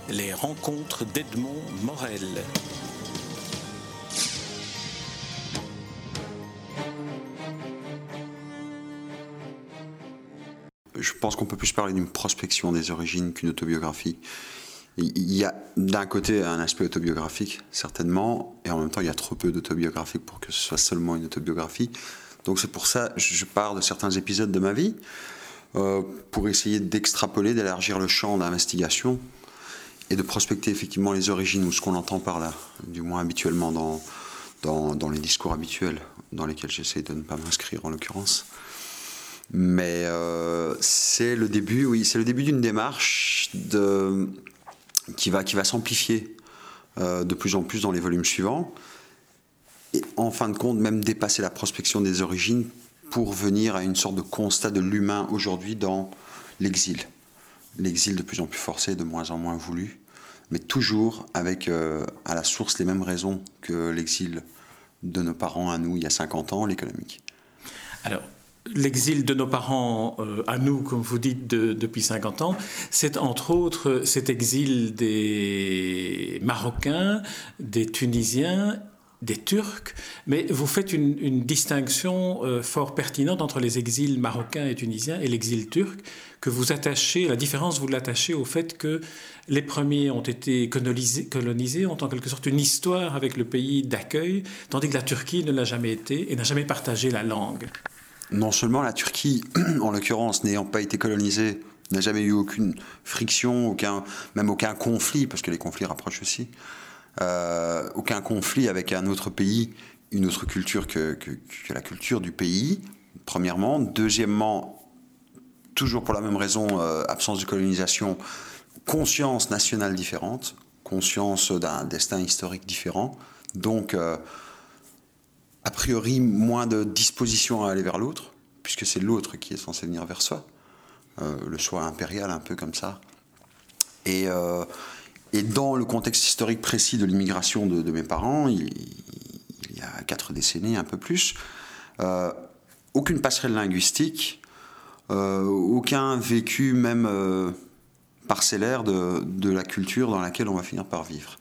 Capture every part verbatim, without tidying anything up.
Les rencontres d'Edmond Morel. Je pense qu'on peut plus parler d'une prospection des origines qu'une autobiographie. Il y a d'un côté un aspect autobiographique, certainement, et en même temps il y a trop peu d'autobiographiques pour que ce soit seulement une autobiographie. Donc c'est pour ça que je pars de certains épisodes de ma vie, euh, pour essayer d'extrapoler, d'élargir le champ d'investigation et de prospecter effectivement les origines, ou ce qu'on entend par là, du moins habituellement dans, dans, dans les discours habituels, dans lesquels j'essaie de ne pas m'inscrire en l'occurrence. Mais euh, c'est le début, oui, c'est le début d'une démarche de, qui va, qui va s'amplifier euh, de plus en plus dans les volumes suivants, et en fin de compte même dépasser la prospection des origines pour venir à une sorte de constat de l'humain aujourd'hui dans l'exil. L'exil de plus en plus forcé, de moins en moins voulu, mais toujours avec euh, à la source les mêmes raisons que l'exil de nos parents à nous il y a cinquante ans, l'économique. Alors, l'exil de nos parents euh, à nous, comme vous dites, de, depuis cinquante ans, c'est entre autres cet exil des Marocains, des Tunisiens, des Turcs, mais vous faites une, une distinction euh, fort pertinente entre les exils marocains et tunisiens et l'exil turc, que vous attachez, la différence vous l'attachez au fait que les premiers ont été colonisés, colonisés, ont en quelque sorte une histoire avec le pays d'accueil, tandis que la Turquie ne l'a jamais été et n'a jamais partagé la langue. Non seulement la Turquie, en l'occurrence, n'ayant pas été colonisée, n'a jamais eu aucune friction, aucun, même aucun conflit, parce que les conflits rapprochent aussi, euh, aucun conflit avec un autre pays, une autre culture que, que, que la culture du pays, premièrement. Deuxièmement, toujours pour la même raison, euh, absence de colonisation, conscience nationale différente, conscience d'un destin historique différent, donc... Euh, a priori, moins de disposition à aller vers l'autre, puisque c'est l'autre qui est censé venir vers soi, euh, le soi impérial, un peu comme ça. Et, euh, et dans le contexte historique précis de l'immigration de, de mes parents, il, il y a quatre décennies, un peu plus, euh, aucune passerelle linguistique, euh, aucun vécu même euh, parcellaire de, de la culture dans laquelle on va finir par vivre.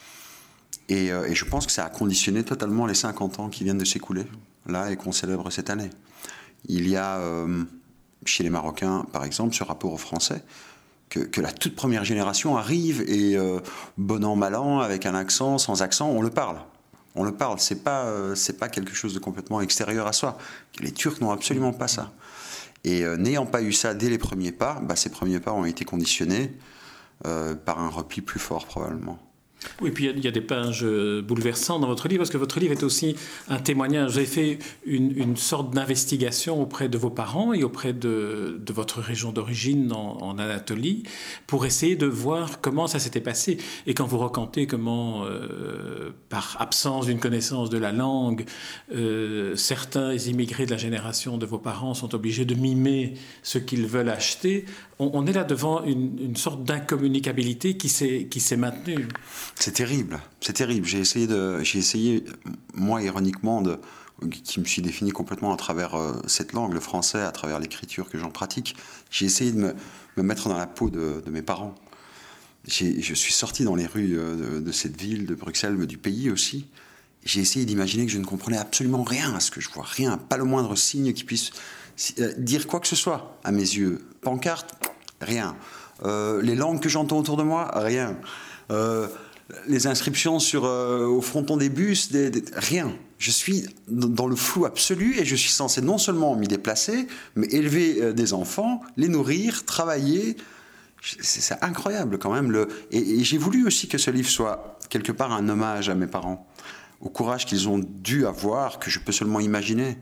Et, euh, et je pense que ça a conditionné totalement les cinquante ans qui viennent de s'écouler, là, et qu'on célèbre cette année. Il y a, euh, chez les Marocains, par exemple, ce rapport aux Français, que, que la toute première génération arrive et, euh, bon an, mal an, avec un accent, sans accent, on le parle. On le parle, c'est pas, euh, c'est pas quelque chose de complètement extérieur à soi. Les Turcs n'ont absolument pas ça. Et euh, n'ayant pas eu ça dès les premiers pas, bah, ces premiers pas ont été conditionnés euh, par un repli plus fort, probablement. Oui, puis il y, y a des pages bouleversantes dans votre livre, parce que votre livre est aussi un témoignage. Vous avez fait une, une sorte d'investigation auprès de vos parents et auprès de, de votre région d'origine en, en Anatolie, pour essayer de voir comment ça s'était passé. Et quand vous racontez comment, euh, par absence d'une connaissance de la langue, euh, certains immigrés de la génération de vos parents sont obligés de mimer ce qu'ils veulent acheter, on, on est là devant une, une sorte d'incommunicabilité qui s'est, qui s'est maintenue. C'est terrible, c'est terrible. J'ai essayé, de, j'ai essayé, moi, ironiquement, de, qui me suis défini complètement à travers euh, cette langue, le français, à travers l'écriture que j'en pratique. J'ai essayé de me, me mettre dans la peau de, de mes parents. J'ai, je suis sorti dans les rues de, de cette ville, de Bruxelles, mais du pays aussi. J'ai essayé d'imaginer que je ne comprenais absolument rien à ce que je vois, rien, pas le moindre signe qui puisse euh, dire quoi que ce soit à mes yeux. Pancarte, rien. Euh, les langues que j'entends autour de moi, rien. Euh, les inscriptions sur, euh, au fronton des bus, des, des, rien. Je suis dans le flou absolu et je suis censé non seulement m'y déplacer, mais élever euh, des enfants, les nourrir, travailler. C'est, c'est incroyable quand même. Le... Et, et j'ai voulu aussi que ce livre soit quelque part un hommage à mes parents, au courage qu'ils ont dû avoir, que je peux seulement imaginer,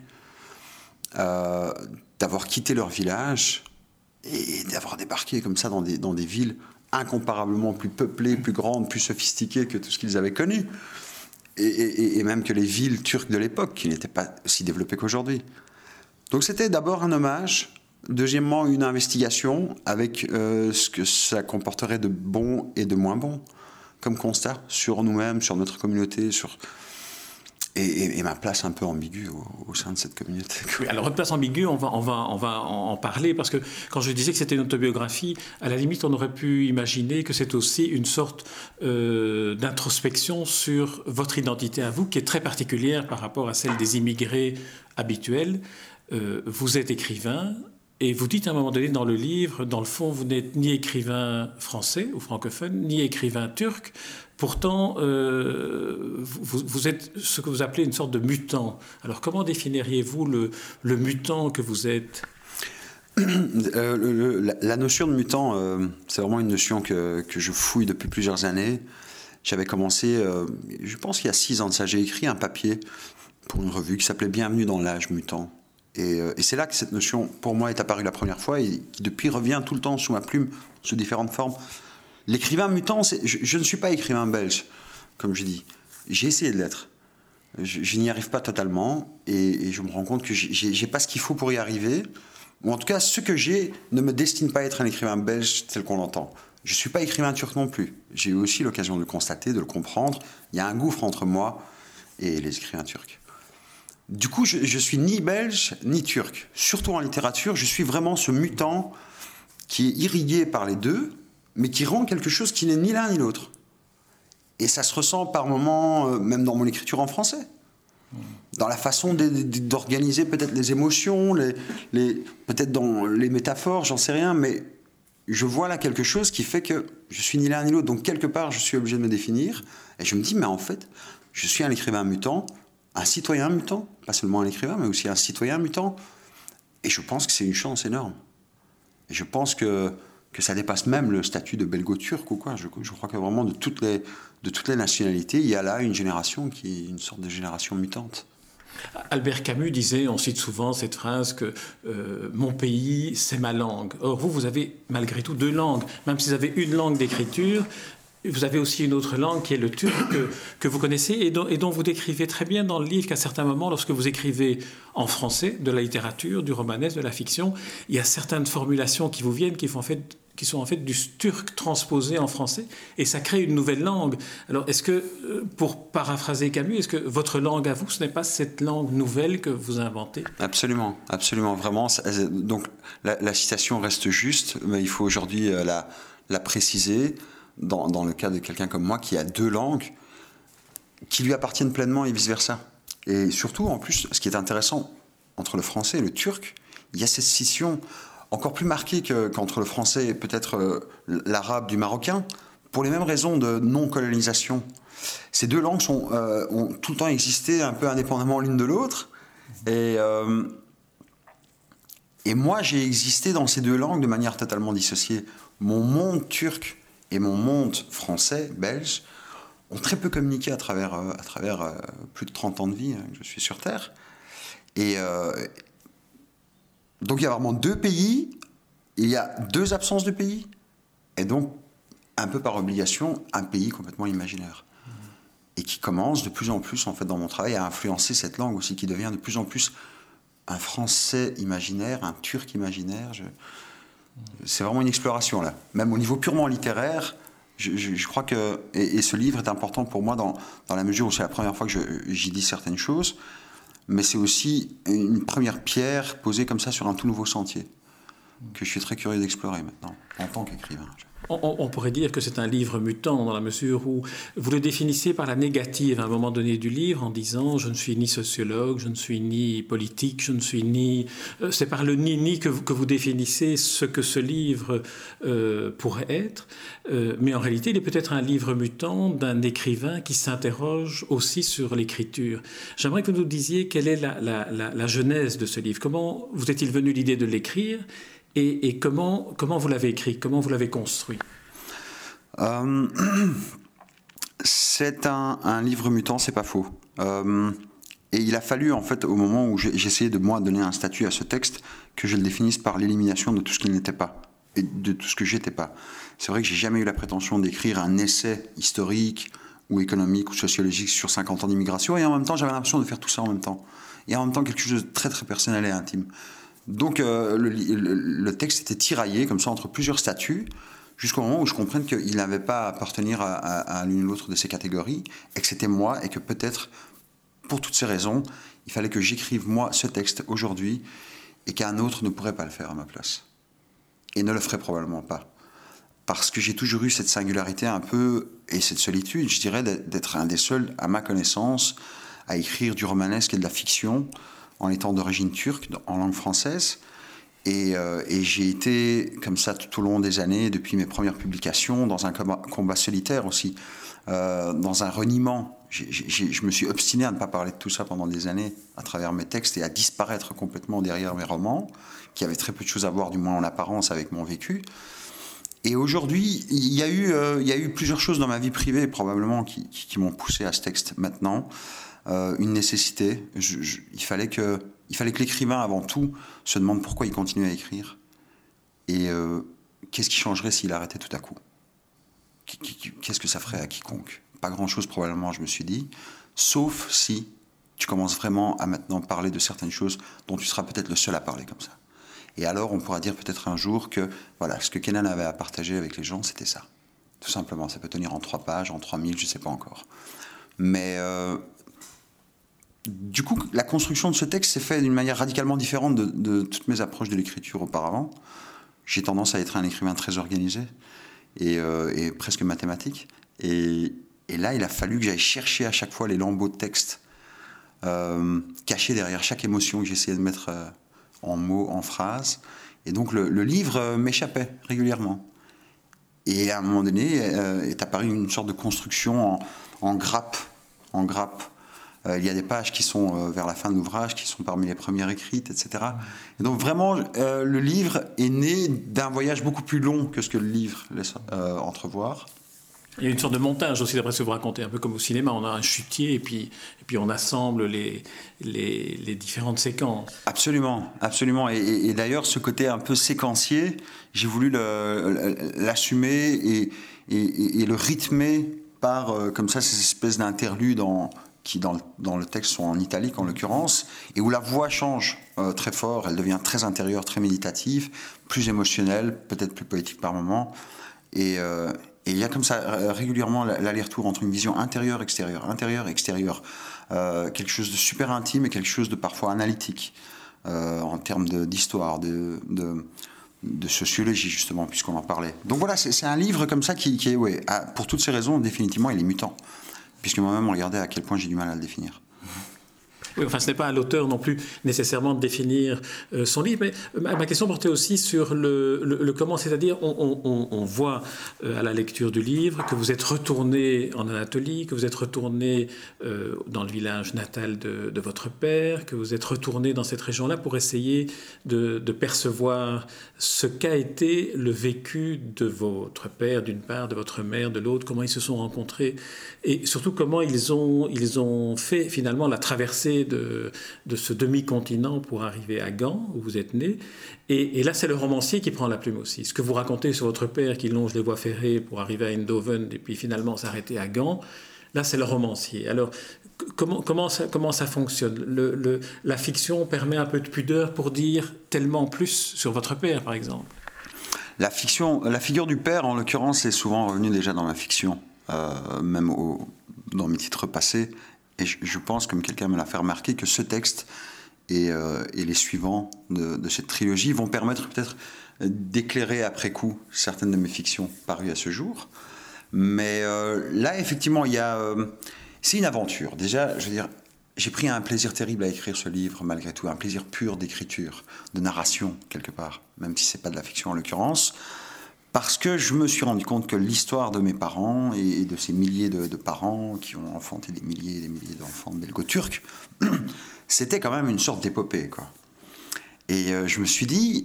euh, d'avoir quitté leur village et d'avoir débarqué comme ça dans des, dans des villes incomparablement plus peuplées, plus grandes, plus sophistiquées que tout ce qu'ils avaient connu. Et, et, et même que les villes turques de l'époque, qui n'étaient pas aussi développées qu'aujourd'hui. Donc c'était d'abord un hommage, deuxièmement une investigation avec euh, ce que ça comporterait de bon et de moins bon, comme constat sur nous-mêmes, sur notre communauté, sur... Et, et, et, et ma place un peu ambiguë au, au sein de cette communauté. Oui, alors votre place ambiguë, on va, on, va, on va en parler, parce que quand je disais que c'était une autobiographie, à la limite on aurait pu imaginer que c'est aussi une sorte euh, d'introspection sur votre identité à vous, qui est très particulière par rapport à celle des immigrés habituels. Euh, vous êtes écrivain, et vous dites à un moment donné dans le livre, dans le fond, vous n'êtes ni écrivain français ou francophone, ni écrivain turc. Pourtant, euh, vous, vous êtes ce que vous appelez une sorte de mutant. Alors, comment définiriez-vous le, le mutant que vous êtes ? euh, le, le, la, la notion de mutant, euh, c'est vraiment une notion que, que je fouille depuis plusieurs années. J'avais commencé, euh, je pense qu'il y a six ans de ça, j'ai écrit un papier pour une revue qui s'appelait « Bienvenue dans l'âge mutant ». Et, euh, et c'est là que cette notion, pour moi, est apparue la première fois et qui, depuis, revient tout le temps sous ma plume, sous différentes formes. L'écrivain mutant, c'est, je, je ne suis pas écrivain belge, comme je dis. J'ai essayé de l'être. Je, je n'y arrive pas totalement et, et je me rends compte que j'ai, j'ai pas ce qu'il faut pour y arriver. Ou en tout cas, ce que j'ai ne me destine pas à être un écrivain belge tel qu'on l'entend. Je ne suis pas écrivain turc non plus. J'ai eu aussi l'occasion de le constater, de le comprendre. Il y a un gouffre entre moi et les écrivains turcs. Du coup, je, je suis ni belge, ni turc. Surtout en littérature, je suis vraiment ce mutant qui est irrigué par les deux, mais qui rend quelque chose qui n'est ni l'un ni l'autre. Et ça se ressent par moments, euh, même dans mon écriture en français. Dans la façon de, de, d'organiser peut-être les émotions, les, les, peut-être dans les métaphores, j'en sais rien, mais je vois là quelque chose qui fait que je suis ni l'un ni l'autre. Donc quelque part, je suis obligé de me définir. Et je me dis, mais en fait, je suis un écrivain mutant, un citoyen mutant, pas seulement un écrivain, mais aussi un citoyen mutant. Et je pense que c'est une chance énorme. Et je pense que, que ça dépasse même le statut de belgo-turc ou quoi. Je, je crois que vraiment de toutes, les, de toutes les nationalités, il y a là une génération qui est une sorte de génération mutante. Albert Camus disait, on cite souvent cette phrase que euh, « mon pays, c'est ma langue ». Or, vous, vous avez malgré tout deux langues. Même si vous avez une langue d'écriture, vous avez aussi une autre langue qui est le turc que, que vous connaissez et dont, et dont vous décrivez très bien dans le livre qu'à certains moments, lorsque vous écrivez en français, de la littérature, du romanesque, de la fiction, il y a certaines formulations qui vous viennent qui, font en fait, qui sont en fait du turc transposé en français et ça crée une nouvelle langue. Alors, est-ce que, pour paraphraser Camus, est-ce que votre langue à vous, ce n'est pas cette langue nouvelle que vous inventez ? Absolument, absolument, vraiment. Donc, la, la citation reste juste, mais il faut aujourd'hui la, la préciser. Dans, dans le cas de quelqu'un comme moi qui a deux langues qui lui appartiennent pleinement et vice-versa. Et surtout, en plus, ce qui est intéressant, entre le français et le turc, il y a cette scission encore plus marquée que, qu'entre le français et peut-être euh, l'arabe du marocain, pour les mêmes raisons de non-colonisation. Ces deux langues sont, euh, ont tout le temps existé un peu indépendamment l'une de l'autre. Et, euh, et moi, j'ai existé dans ces deux langues de manière totalement dissociée. Mon monde turc et mon monde français, belge, ont très peu communiqué à travers, euh, à travers euh, plus de trente ans de vie hein, que je suis sur Terre. Et euh, donc il y a vraiment deux pays, il y a deux absences de pays, et donc, un peu par obligation, un pays complètement imaginaire. Mmh. Et qui commence de plus en plus, en fait, dans mon travail, à influencer cette langue aussi, qui devient de plus en plus un français imaginaire, un turc imaginaire. Je... C'est vraiment une exploration, là. Même au niveau purement littéraire, je, je, je crois que... Et, et ce livre est important pour moi dans, dans la mesure où c'est la première fois que je, j'y dis certaines choses, mais c'est aussi une première pierre posée comme ça sur un tout nouveau sentier, que je suis très curieux d'explorer maintenant, en tant qu'écrivain. On, on pourrait dire que c'est un livre mutant dans la mesure où vous le définissez par la négative à un moment donné du livre en disant « je ne suis ni sociologue, je ne suis ni politique, je ne suis ni… » C'est par le ni-ni que vous, que vous définissez ce que ce livre euh, pourrait être. Euh, mais en réalité, il est peut-être un livre mutant d'un écrivain qui s'interroge aussi sur l'écriture. J'aimerais que vous nous disiez quelle est la, la, la, la genèse de ce livre. Comment vous est-il venu l'idée de l'écrire ? Et, et comment, comment vous l'avez écrit ? Comment vous l'avez construit ? euh, C'est un, un livre mutant, c'est pas faux. Euh, et il a fallu, en fait, au moment où j'essayais de moi donner un statut à ce texte, que je le définisse par l'élimination de tout ce qu'il n'était pas, et de tout ce que j'étais pas. C'est vrai que j'ai jamais eu la prétention d'écrire un essai historique, ou économique, ou sociologique sur cinquante ans d'immigration, et en même temps, j'avais l'impression de faire tout ça en même temps. Et en même temps, quelque chose de très, très personnel et intime. Donc euh, le, le, le texte était tiraillé comme ça entre plusieurs statuts jusqu'au moment où je comprenne qu'il n'avait pas à appartenir à, à, à l'une ou l'autre de ces catégories et que c'était moi et que peut-être pour toutes ces raisons, il fallait que j'écrive moi ce texte aujourd'hui et qu'un autre ne pourrait pas le faire à ma place. Et ne le ferait probablement pas. Parce que j'ai toujours eu cette singularité un peu, et cette solitude, je dirais, d'être un des seuls, à ma connaissance, à écrire du romanesque et de la fiction en étant d'origine turque, en langue française. Et, euh, et j'ai été comme ça tout au long des années, depuis mes premières publications, dans un combat, combat solitaire aussi, euh, dans un reniement. J'ai, j'ai, je me suis obstiné à ne pas parler de tout ça pendant des années à travers mes textes et à disparaître complètement derrière mes romans, qui avaient très peu de choses à voir, du moins en apparence, avec mon vécu. Et aujourd'hui, il y a eu, euh, il y a eu plusieurs choses dans ma vie privée, probablement, qui, qui, qui m'ont poussé à ce texte maintenant. Euh, une nécessité. Je, je, il, fallait que, il fallait que l'écrivain, avant tout, se demande pourquoi il continue à écrire. Et euh, qu'est-ce qui changerait s'il arrêtait tout à coup ? Qu'est-ce que ça ferait à quiconque ? Pas grand-chose, probablement, je me suis dit. Sauf si tu commences vraiment à maintenant parler de certaines choses dont tu seras peut-être le seul à parler comme ça. Et alors, on pourra dire peut-être un jour que voilà, ce que Kenan avait à partager avec les gens, c'était ça. Tout simplement, ça peut tenir en trois pages, en trois mille, je ne sais pas encore. Mais euh, du coup, la construction de ce texte s'est faite d'une manière radicalement différente de, de toutes mes approches de l'écriture auparavant. J'ai tendance à être un écrivain très organisé et, euh, et presque mathématique. Et, et là, il a fallu que j'aille chercher à chaque fois les lambeaux de texte euh, cachés derrière chaque émotion que j'essayais de mettre... Euh, en mots, en phrases. Et donc le, le livre m'échappait régulièrement. Et à un moment donné, euh, est apparue une sorte de construction en, en grappe. En grappe. Euh, il y a des pages qui sont euh, vers la fin de l'ouvrage, qui sont parmi les premières écrites, et cetera. Et donc vraiment, euh, le livre est né d'un voyage beaucoup plus long que ce que le livre laisse euh, entrevoir. Il y a une sorte de montage aussi, d'après ce que vous racontez, un peu comme au cinéma, on a un chutier et puis, et puis on assemble les, les, les différentes séquences. Absolument, absolument. Et, et, et d'ailleurs, ce côté un peu séquencier, j'ai voulu le, l'assumer et, et, et le rythmer par, euh, comme ça, ces espèces d'interludes en, qui, dans le, dans le texte, sont en italique en l'occurrence, et où la voix change euh, très fort, elle devient très intérieure, très méditative, plus émotionnelle, peut-être plus poétique par moments. Et... Euh, Et il y a comme ça euh, régulièrement l'aller-retour entre une vision intérieure-extérieure, intérieure-extérieure, euh, quelque chose de super intime et quelque chose de parfois analytique, euh, en termes de, d'histoire, de, de, de sociologie justement, puisqu'on en parlait. Donc voilà, c'est, c'est un livre comme ça qui, qui est, ouais, à, pour toutes ces raisons, définitivement, il est mutant, puisque moi-même, regardez à quel point j'ai du mal à le définir. Oui, enfin, ce n'est pas à l'auteur non plus nécessairement de définir euh, son livre, mais ma, ma question portait aussi sur le, le, le comment, c'est-à-dire on, on, on voit euh, à la lecture du livre que vous êtes retourné en Anatolie, que vous êtes retourné euh, dans le village natal de, de votre père, que vous êtes retourné dans cette région-là pour essayer de, de percevoir ce qu'a été le vécu de votre père d'une part, de votre mère de l'autre, comment ils se sont rencontrés et surtout comment ils ont, ils ont fait finalement la traversée De, de ce demi-continent pour arriver à Gand, où vous êtes né. Et, et là, c'est le romancier qui prend la plume aussi. Ce que vous racontez sur votre père qui longe les voies ferrées pour arriver à Eindhoven et puis finalement s'arrêter à Gand, là, c'est le romancier. Alors, comment, comment, ça, comment ça fonctionne ? le, le, La fiction permet un peu de pudeur pour dire tellement plus sur votre père, par exemple. La fiction, la figure du père, en l'occurrence, est souvent revenue déjà dans la fiction, euh, même au, dans mes titres passés. Et je pense, comme quelqu'un me l'a fait remarquer, que ce texte et, euh, et les suivants de, de cette trilogie vont permettre peut-être d'éclairer après coup certaines de mes fictions parues à ce jour. Mais euh, là, effectivement, il y a, euh, c'est une aventure. Déjà, je veux dire, j'ai pris un plaisir terrible à écrire ce livre, malgré tout, un plaisir pur d'écriture, de narration, quelque part, même si ce n'est pas de la fiction en l'occurrence. Parce que je me suis rendu compte que l'histoire de mes parents et de ces milliers de, de parents qui ont enfanté des milliers et des milliers d'enfants belgo-turcs, c'était quand même une sorte d'épopée, quoi. Et euh, je me suis dit,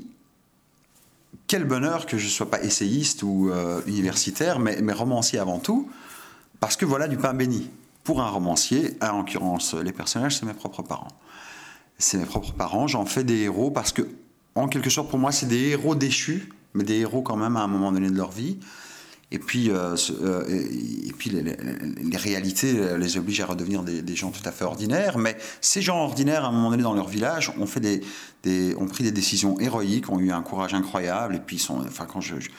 quel bonheur que je ne sois pas essayiste ou euh, universitaire, mais, mais romancier avant tout, parce que voilà du pain béni. Pour un romancier, en l'occurrence, les personnages, c'est mes propres parents. C'est mes propres parents, j'en fais des héros parce que, en quelque sorte, pour moi, c'est des héros déchus, mais des héros quand même à un moment donné de leur vie. Et puis, euh, euh, et, et puis les, les, les réalités les obligent à redevenir des, des gens tout à fait ordinaires. Mais ces gens ordinaires, à un moment donné dans leur village, ont, fait des, des, ont pris des décisions héroïques, ont eu un courage incroyable. Et puis, sont, enfin, quand je, je,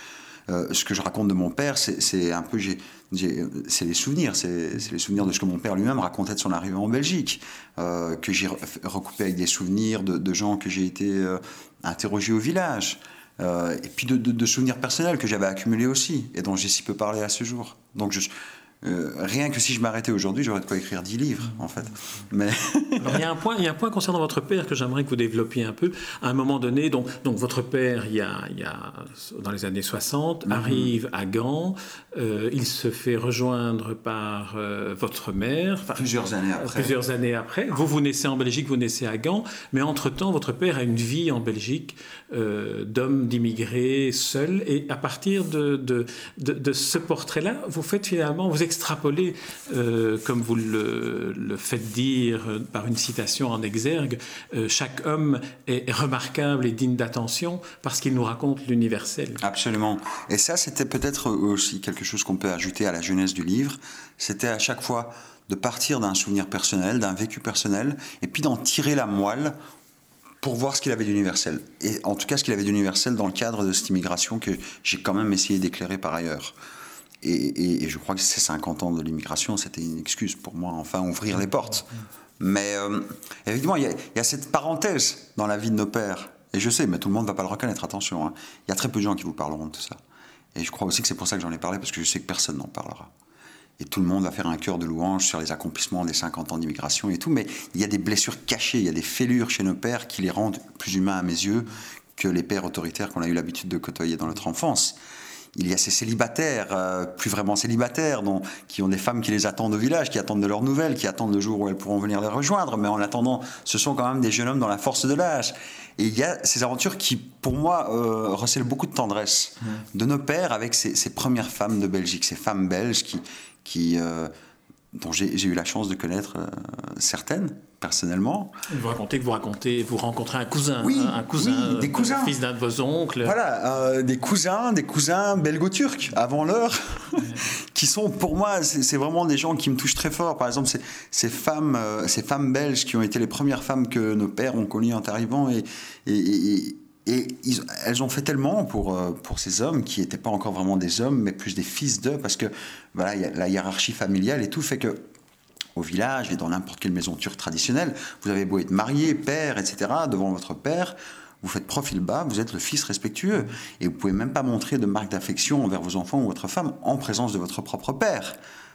Euh, ce que je raconte de mon père, c'est, c'est un peu, j'ai, j'ai, c'est les souvenirs, c'est, c'est les souvenirs de ce que mon père lui-même racontait de son arrivée en Belgique, euh, que j'ai recoupé avec des souvenirs de, de gens que j'ai été euh, interrogé au village, euh, et puis de, de, de souvenirs personnels que j'avais accumulés aussi, et dont j'ai si peu parlé à ce jour. Donc je, Euh, rien que si je m'arrêtais aujourd'hui, j'aurais de quoi écrire dix livres, en fait. Mais Alors, il y a un point, il y a un point concernant votre père que j'aimerais que vous développiez un peu. À un moment donné, donc, donc votre père, il y a, il y a, dans les années soixante, mm-hmm. arrive à Gand. Euh, il se fait rejoindre par euh, votre mère. Plusieurs années après. Plusieurs années après. Vous, vous naissez en Belgique, vous naissez à Gand. Mais entre-temps, votre père a une vie en Belgique euh, d'homme, d'immigré, seul. Et à partir de, de, de, de ce portrait-là, vous faites finalement... Vous extrapoler, euh, comme vous le, le faites dire euh, par une citation en exergue, euh, chaque homme est remarquable et digne d'attention parce qu'il nous raconte l'universel. Absolument. Et ça, c'était peut-être aussi quelque chose qu'on peut ajouter à la jeunesse du livre. C'était à chaque fois de partir d'un souvenir personnel, d'un vécu personnel, et puis d'en tirer la moelle pour voir ce qu'il avait d'universel. Et en tout cas, ce qu'il avait d'universel dans le cadre de cette immigration que j'ai quand même essayé d'éclairer par ailleurs. Et, et, et je crois que ces cinquante ans de l'immigration, c'était une excuse pour moi, enfin, ouvrir les portes. Mais euh, évidemment, il y, y a cette parenthèse dans la vie de nos pères. Et je sais, mais tout le monde ne va pas le reconnaître, attention. Hein. Il y a très peu de gens qui vous parleront de tout ça. Et je crois aussi que c'est pour ça que j'en ai parlé, parce que je sais que personne n'en parlera. Et tout le monde va faire un chœur de louange sur les accomplissements des cinquante ans d'immigration et tout. Mais il y a des blessures cachées, il y a des fêlures chez nos pères qui les rendent plus humains à mes yeux que les pères autoritaires qu'on a eu l'habitude de côtoyer dans notre enfance. Il y a ces célibataires, euh, plus vraiment célibataires, dont, qui ont des femmes qui les attendent au village, qui attendent de leurs nouvelles, qui attendent le jour où elles pourront venir les rejoindre. Mais en attendant, ce sont quand même des jeunes hommes dans la force de l'âge. Et il y a ces aventures qui, pour moi, euh, recèlent beaucoup de tendresse mmh. de nos pères avec ces, ces premières femmes de Belgique, ces femmes belges qui, qui, euh, dont j'ai, j'ai eu la chance de connaître euh, certaines personnellement. Vous racontez que vous racontez, vous rencontrez un cousin, oui, un cousin, oui, des cousins, fils d'un de vos oncles. Voilà, euh, des cousins, des cousins belgo-turcs avant l'heure, ouais. qui sont pour moi, c'est, c'est vraiment des gens qui me touchent très fort. Par exemple, ces, ces femmes, euh, ces femmes belges qui ont été les premières femmes que nos pères ont connues en arrivant et, et, et, et ils, elles ont fait tellement pour euh, pour ces hommes qui n'étaient pas encore vraiment des hommes, mais plus des fils d'eux, parce que voilà, y a la hiérarchie familiale et tout fait que au village et dans n'importe quelle maison turque traditionnelle, vous avez beau être marié, père, et cetera, devant votre père, vous faites profil bas, vous êtes le fils respectueux. Et vous ne pouvez même pas montrer de marque d'affection envers vos enfants ou votre femme en présence de votre propre père.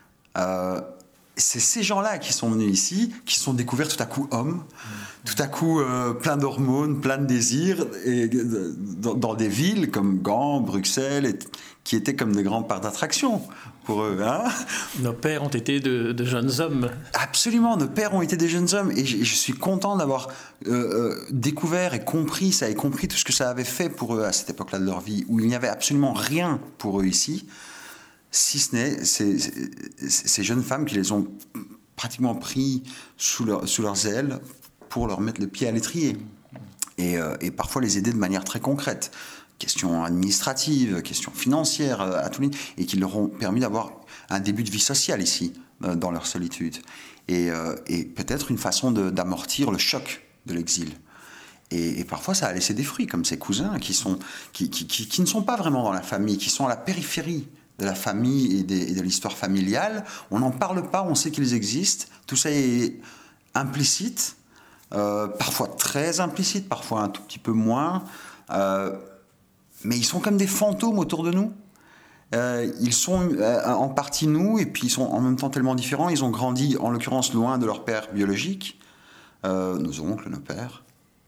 Euh, c'est ces gens-là qui sont venus ici, qui se sont découverts tout à coup hommes, tout à coup euh, plein d'hormones, plein de désirs, et, euh, dans, dans des villes comme Gand, Bruxelles, et, qui étaient comme des grands parcs d'attraction pour eux. Hein. Nos pères ont été de, de jeunes hommes. Absolument, nos pères ont été des jeunes hommes. Et je, je suis content d'avoir euh, euh, découvert et compris ça, et compris tout ce que ça avait fait pour eux à cette époque-là de leur vie, où il n'y avait absolument rien pour eux ici, si ce n'est ces, ces, ces jeunes femmes qui les ont pratiquement pris sous, leur, sous leurs ailes pour leur mettre le pied à l'étrier. Et, euh, et parfois les aider de manière très concrète. Questions administratives, questions financières, à tous les... et qui leur ont permis d'avoir un début de vie sociale ici, euh, dans leur solitude. Et, euh, et peut-être une façon de, d'amortir le choc de l'exil. Et, et parfois, ça a laissé des fruits, comme ces cousins qui, sont, qui, qui, qui, qui ne sont pas vraiment dans la famille, qui sont à la périphérie de la famille et, des, et de l'histoire familiale. On n'en parle pas, on sait qu'ils existent. Tout ça est implicite, euh, parfois très implicite, parfois un tout petit peu moins. Euh, mais ils sont comme des fantômes autour de nous. Euh, ils sont euh, en partie nous, et puis ils sont en même temps tellement différents. Ils ont grandi, en l'occurrence, loin de leur père biologique, euh, nos oncles, nos pères.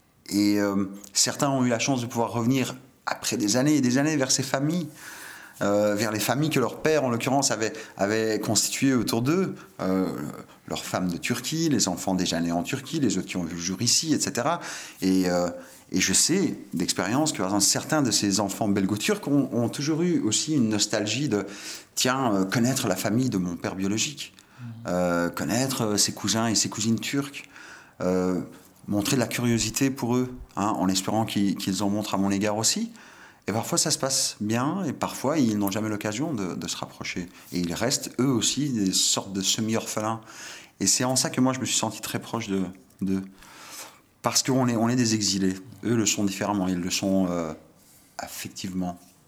Et euh, certains ont eu la chance de pouvoir revenir après des années et des années vers ces familles, euh, vers les familles que leur père, en l'occurrence, avait, avait constituées autour d'eux. Euh, leurs femmes de Turquie, les enfants déjà nés en Turquie, les autres qui ont vu le jour ici, et cetera. Et... Euh, Et je sais d'expérience que par exemple, certains de ces enfants belgo-turcs ont, ont toujours eu aussi une nostalgie de tiens, euh, connaître la famille de mon père biologique, euh, connaître euh, ses cousins et ses cousines turques, euh, montrer de la curiosité pour eux, hein, en espérant qu'ils, qu'ils en montrent à mon égard aussi. Et parfois ça se passe bien, et parfois ils n'ont jamais l'occasion de, de se rapprocher. Et ils restent eux aussi des sortes de semi-orphelins. Et c'est en ça que moi je me suis senti très proche de d'eux. Parce qu'on est, on est des exilés. Eux le sont différemment, ils le sont euh, affectivement.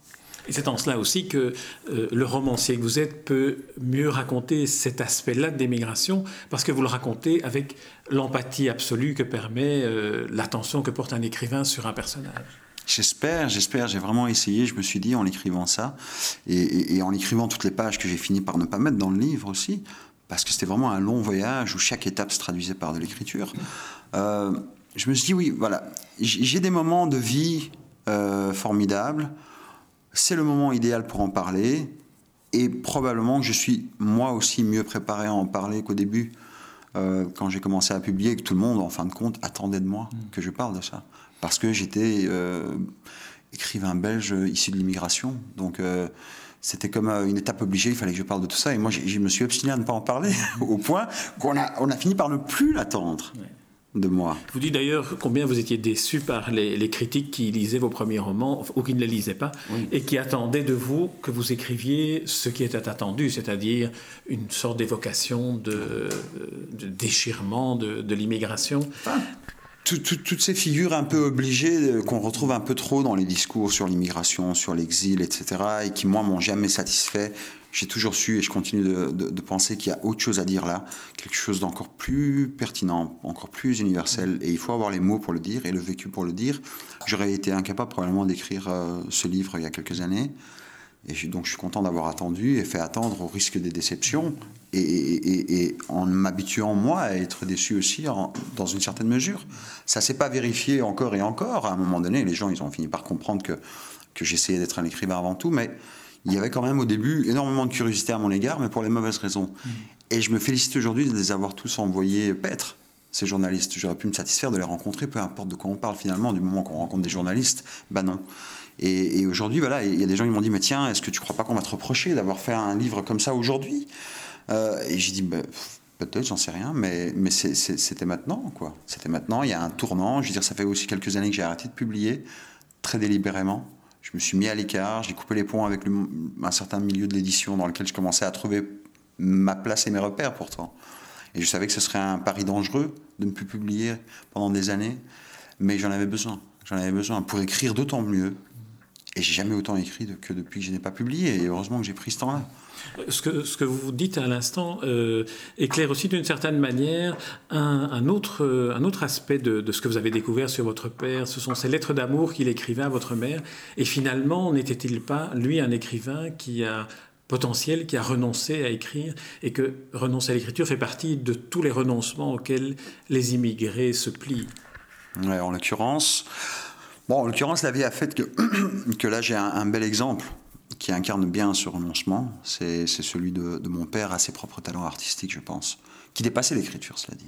Et c'est en cela aussi que euh, le romancier que vous êtes peut mieux raconter cet aspect-là de l'émigration, parce que vous le racontez avec l'empathie absolue que permet euh, l'attention que porte un écrivain sur un personnage. J'espère, j'espère, j'ai vraiment essayé, je me suis dit en écrivant ça, et, et, et en écrivant toutes les pages que j'ai fini par ne pas mettre dans le livre aussi, parce que c'était vraiment un long voyage où chaque étape se traduisait par de l'écriture, euh, je me suis dit oui, voilà, j'ai des moments de vie euh, formidables, c'est le moment idéal pour en parler, et probablement que je suis moi aussi mieux préparé à en parler qu'au début, euh, quand j'ai commencé à publier, et que tout le monde, en fin de compte, attendait de moi mmh. que je parle de ça. Parce que j'étais euh, écrivain belge issu de l'immigration, donc euh, c'était comme une étape obligée, il fallait que je parle de tout ça, et moi je me suis obstiné à ne pas en parler, au point qu'on a, on a fini par ne plus l'attendre. Ouais. De moi. Vous dites d'ailleurs combien vous étiez déçu par les, les critiques qui lisaient vos premiers romans, ou qui ne les lisaient pas, oui. et qui attendaient de vous que vous écriviez ce qui était attendu, c'est-à-dire une sorte d'évocation de, de déchirement de, de l'immigration. Ah. Tout, tout, toutes ces figures un peu obligées qu'on retrouve un peu trop dans les discours sur l'immigration, sur l'exil, et cetera, et qui, moi, m'ont jamais satisfait. J'ai toujours su, et je continue de, de, de penser qu'il y a autre chose à dire là, quelque chose d'encore plus pertinent, encore plus universel, et il faut avoir les mots pour le dire, et le vécu pour le dire. J'aurais été incapable probablement d'écrire euh, ce livre il y a quelques années, et je, donc je suis content d'avoir attendu, et fait attendre au risque des déceptions, et, et, et, et en m'habituant moi à être déçu aussi en, dans une certaine mesure. Ça ne s'est pas vérifié encore et encore, à un moment donné, les gens ils ont fini par comprendre que, que j'essayais d'être un écrivain avant tout, mais il y avait quand même au début énormément de curiosité à mon égard, mais pour les mauvaises raisons. Mmh. Et je me félicite aujourd'hui de les avoir tous envoyés paître, ces journalistes. J'aurais pu me satisfaire de les rencontrer, peu importe de quoi on parle finalement, du moment qu'on rencontre des journalistes, ben non. Et, et aujourd'hui, voilà, il y a des gens qui m'ont dit, mais tiens, est-ce que tu ne crois pas qu'on va te reprocher d'avoir fait un livre comme ça aujourd'hui ? euh, Et j'ai dit, ben, peut-être, j'en sais rien, mais, mais c'est, c'est, c'était maintenant, quoi. C'était maintenant, il y a un tournant. Je veux dire, ça fait aussi quelques années que j'ai arrêté de publier, très délibérément. Je me suis mis à l'écart, j'ai coupé les ponts avec le, un certain milieu de l'édition dans lequel je commençais à trouver ma place et mes repères pourtant. Et je savais que ce serait un pari dangereux de ne plus publier pendant des années, mais j'en avais besoin. J'en avais besoin pour écrire d'autant mieux. Et j'ai jamais autant écrit de, que depuis que je n'ai pas publié. Et heureusement que j'ai pris ce temps-là. Ce que, ce que vous dites à l'instant euh, éclaire aussi d'une certaine manière un, un, autre, un autre aspect de, de ce que vous avez découvert sur votre père. Ce sont ces lettres d'amour qu'il écrivait à votre mère. Et finalement, n'était-il pas, lui, un écrivain qui a potentiel, qui a renoncé à écrire, et que renoncer à l'écriture fait partie de tous les renoncements auxquels les immigrés se plient. Ouais, en l'occurrence, bon, en l'occurrence, la vie a fait que, que là, j'ai un, un bel exemple qui incarne bien ce renoncement, c'est, c'est celui de, de mon père à ses propres talents artistiques, je pense, qui dépassait l'écriture, cela dit.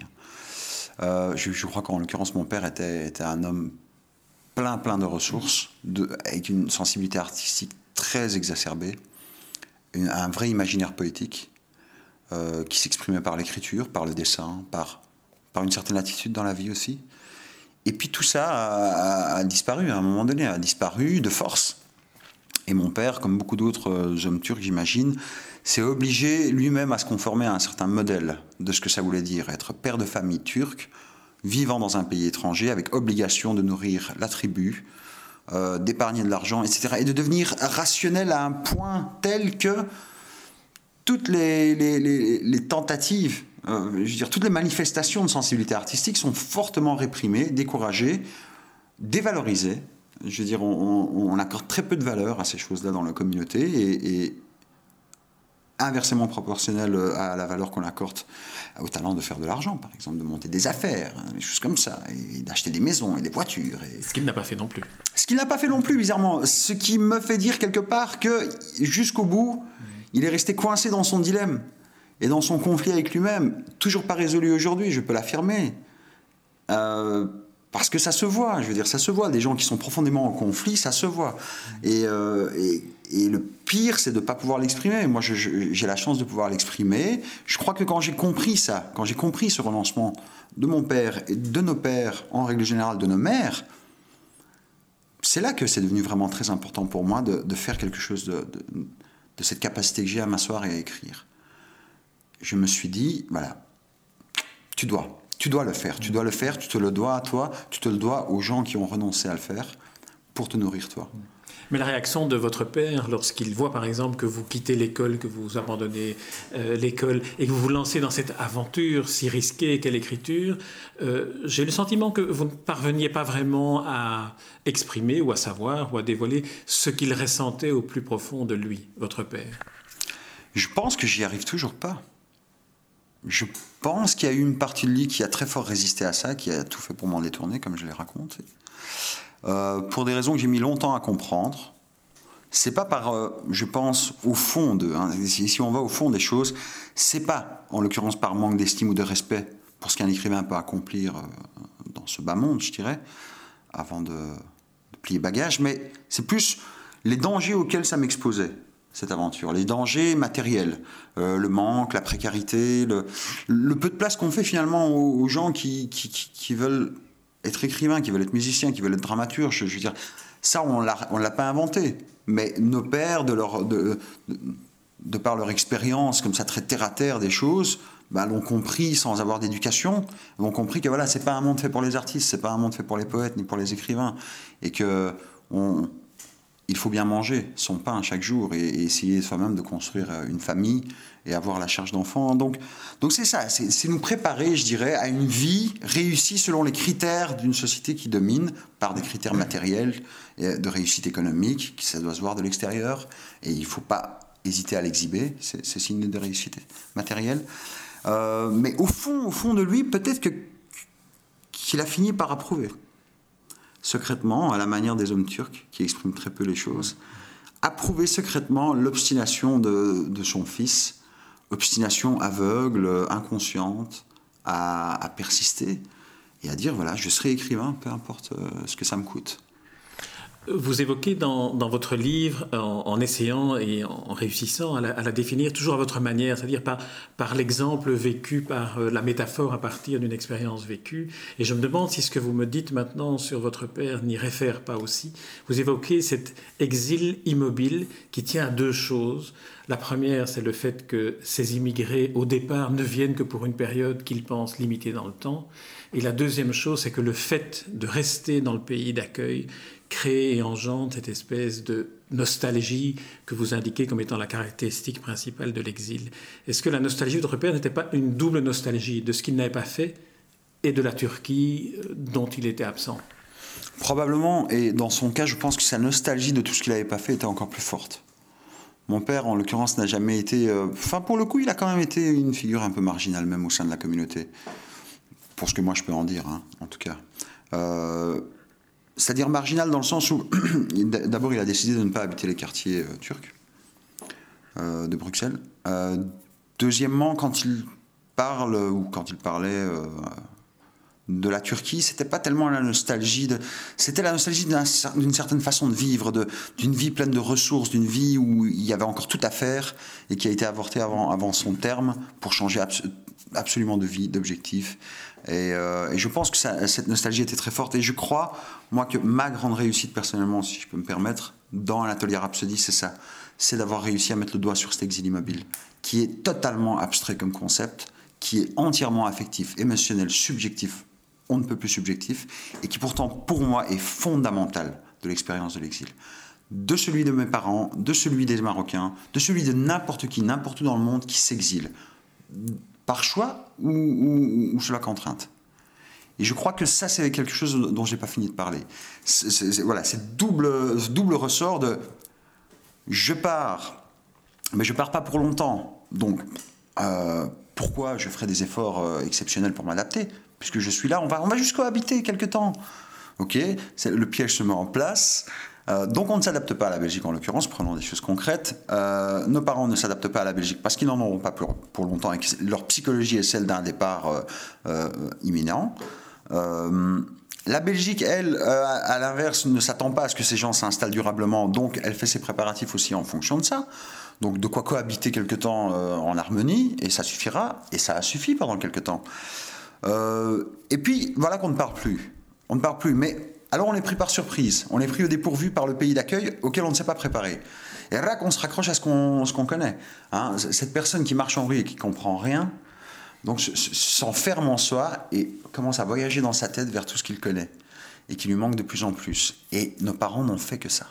Euh, je, je crois qu'en l'occurrence, mon père était, était un homme plein, plein de ressources, de, avec une sensibilité artistique très exacerbée, une, un vrai imaginaire poétique, euh, qui s'exprimait par l'écriture, par le dessin, par, par une certaine attitude dans la vie aussi. Et puis tout ça a, a disparu, à un moment donné, a disparu de force. Et mon père, comme beaucoup d'autres hommes turcs, j'imagine, s'est obligé lui-même à se conformer à un certain modèle de ce que ça voulait dire être père de famille turc, vivant dans un pays étranger, avec obligation de nourrir la tribu, euh, d'épargner de l'argent, et cetera. Et de devenir rationnel à un point tel que toutes les, les, les, les tentatives, euh, je veux dire, toutes les manifestations de sensibilité artistique sont fortement réprimées, découragées, dévalorisées. Je veux dire, on, on, on accorde très peu de valeur à ces choses-là dans la communauté et, et inversement proportionnel à la valeur qu'on accorde au talent de faire de l'argent, par exemple, de monter des affaires, des choses comme ça, et d'acheter des maisons et des voitures. Et... Ce qu'il n'a pas fait non plus. Ce qu'il n'a pas fait non plus, bizarrement. Ce qui me fait dire quelque part que, jusqu'au bout, mmh. il est resté coincé dans son dilemme et dans son conflit avec lui-même, toujours pas résolu aujourd'hui, je peux l'affirmer. Euh... Parce que ça se voit, je veux dire, ça se voit. Des gens qui sont profondément en conflit, ça se voit. Et, euh, et, et le pire, c'est de ne pas pouvoir l'exprimer. Moi, je, je, j'ai la chance de pouvoir l'exprimer. Je crois que quand j'ai compris ça, quand j'ai compris ce renoncement de mon père et de nos pères, en règle générale de nos mères, c'est là que c'est devenu vraiment très important pour moi de, de faire quelque chose de, de, de cette capacité que j'ai à m'asseoir et à écrire. Je me suis dit, voilà, tu dois... Tu dois le faire, tu dois le faire, tu te le dois à toi, tu te le dois aux gens qui ont renoncé à le faire pour te nourrir toi. Mais la réaction de votre père, lorsqu'il voit par exemple que vous quittez l'école, que vous abandonnez euh, l'école et que vous vous lancez dans cette aventure si risquée qu'est l'écriture, euh, j'ai le sentiment que vous ne parveniez pas vraiment à exprimer ou à savoir ou à dévoiler ce qu'il ressentait au plus profond de lui, votre père. Je pense que j'y arrive toujours pas. Je pense qu'il y a eu une partie de lui qui a très fort résisté à ça, qui a tout fait pour m'en détourner, comme je l'ai raconté. Euh, pour des raisons que j'ai mis longtemps à comprendre. C'est pas par, euh, je pense, au fond de, hein, si, si on va au fond des choses, c'est pas, en l'occurrence, par manque d'estime ou de respect pour ce qu'un écrivain peut accomplir euh, dans ce bas monde, je dirais, avant de, de plier bagage, mais c'est plus les dangers auxquels ça m'exposait, cette aventure, les dangers matériels, euh, le manque, la précarité, le, le peu de place qu'on fait finalement aux, aux gens qui, qui, qui, qui veulent être écrivains, qui veulent être musiciens, qui veulent être dramaturges. Je, je veux dire, ça, on ne l'a pas inventé. Mais nos pères, de, leur, de, de, de par leur expérience, comme ça, très terre-à-terre des choses, ben, l'ont compris sans avoir d'éducation, l'ont compris que voilà, c'est pas un monde fait pour les artistes, c'est pas un monde fait pour les poètes ni pour les écrivains. Et que on, il faut bien manger son pain chaque jour et, et essayer soi-même de construire une famille et avoir la charge d'enfants. Donc, donc c'est ça, c'est, c'est nous préparer, je dirais, à une vie réussie selon les critères d'une société qui domine, par des critères matériels et de réussite économique, qui ça doit se voir de l'extérieur, et il ne faut pas hésiter à l'exhiber, c'est, c'est signe de réussite matérielle. Euh, mais au fond, au fond de lui, peut-être que, qu'il a fini par approuver. Secrètement, à la manière des hommes turcs, qui expriment très peu les choses, approuver secrètement l'obstination de, de son fils, obstination aveugle, inconsciente, à, à persister et à dire, voilà, je serai écrivain, peu importe ce que ça me coûte. Vous évoquez dans, dans votre livre, en, en essayant et en réussissant à la, à la définir toujours à votre manière, c'est-à-dire par, par l'exemple vécu, par la métaphore à partir d'une expérience vécue. Et je me demande si ce que vous me dites maintenant sur votre père n'y réfère pas aussi. Vous évoquez cet exil immobile qui tient à deux choses. La première, c'est le fait que ces immigrés, au départ, ne viennent que pour une période qu'ils pensent limitée dans le temps. Et la deuxième chose, c'est que le fait de rester dans le pays d'accueil crée et engendre cette espèce de nostalgie que vous indiquez comme étant la caractéristique principale de l'exil. Est-ce que la nostalgie de votre père n'était pas une double nostalgie de ce qu'il n'avait pas fait et de la Turquie dont il était absent ? Probablement, et dans son cas, je pense que sa nostalgie de tout ce qu'il n'avait pas fait était encore plus forte. Mon père, en l'occurrence, n'a jamais été... Euh, enfin, pour le coup, il a quand même été une figure un peu marginale, même au sein de la communauté. Pour ce que moi, je peux en dire, hein, en tout cas. Euh, c'est-à-dire marginal dans le sens où, d'abord, il a décidé de ne pas habiter les quartiers euh, turcs euh, de Bruxelles. Euh, deuxièmement, quand il parle, ou quand il parlait... Euh, de la Turquie, c'était pas tellement la nostalgie, de, c'était la nostalgie d'un, d'une certaine façon de vivre, de, d'une vie pleine de ressources, d'une vie où il y avait encore tout à faire et qui a été avortée avant, avant son terme pour changer abs- absolument de vie, d'objectif. Et, euh, et je pense que ça, cette nostalgie était très forte. Et je crois, moi, que ma grande réussite personnellement, si je peux me permettre, dans l'atelier Rhapsody, c'est ça. C'est d'avoir réussi à mettre le doigt sur cet exil immobile, qui est totalement abstrait comme concept, qui est entièrement affectif, émotionnel, subjectif, on ne peut plus subjectif, et qui pourtant, pour moi, est fondamental de l'expérience de l'exil. De celui de mes parents, de celui des Marocains, de celui de n'importe qui, n'importe où dans le monde qui s'exile, par choix ou, ou, ou sous la contrainte. Et je crois que ça, c'est quelque chose dont je n'ai pas fini de parler. C'est, c'est, c'est, voilà, c'est double, ce double ressort de je pars, mais je pars pas pour longtemps. Donc, euh, pourquoi je ferai des efforts euh, exceptionnels pour m'adapter ? Puisque je suis là, on va, on va juste cohabiter quelque temps. Ok, c'est, le piège se met en place. Euh, donc on ne s'adapte pas à la Belgique en l'occurrence, prenons des choses concrètes. Euh, nos parents ne s'adaptent pas à la Belgique parce qu'ils n'en auront pas pour, pour longtemps et que leur psychologie est celle d'un départ euh, euh, imminent. Euh, la Belgique, elle, euh, à l'inverse, ne s'attend pas à ce que ces gens s'installent durablement, donc elle fait ses préparatifs aussi en fonction de ça. Donc de quoi cohabiter quelque temps euh, en harmonie, et ça suffira, et ça a suffi pendant quelque temps. Euh, et puis, voilà qu'on ne parle plus. On ne parle plus, mais alors on est pris par surprise. On est pris au dépourvu par le pays d'accueil auquel on ne s'est pas préparé. Et là qu'on se raccroche à ce qu'on, ce qu'on connaît. Hein, cette personne qui marche en rue et qui ne comprend rien, donc s'enferme en soi et commence à voyager dans sa tête vers tout ce qu'il connaît et qui lui manque de plus en plus. Et nos parents n'ont fait que ça.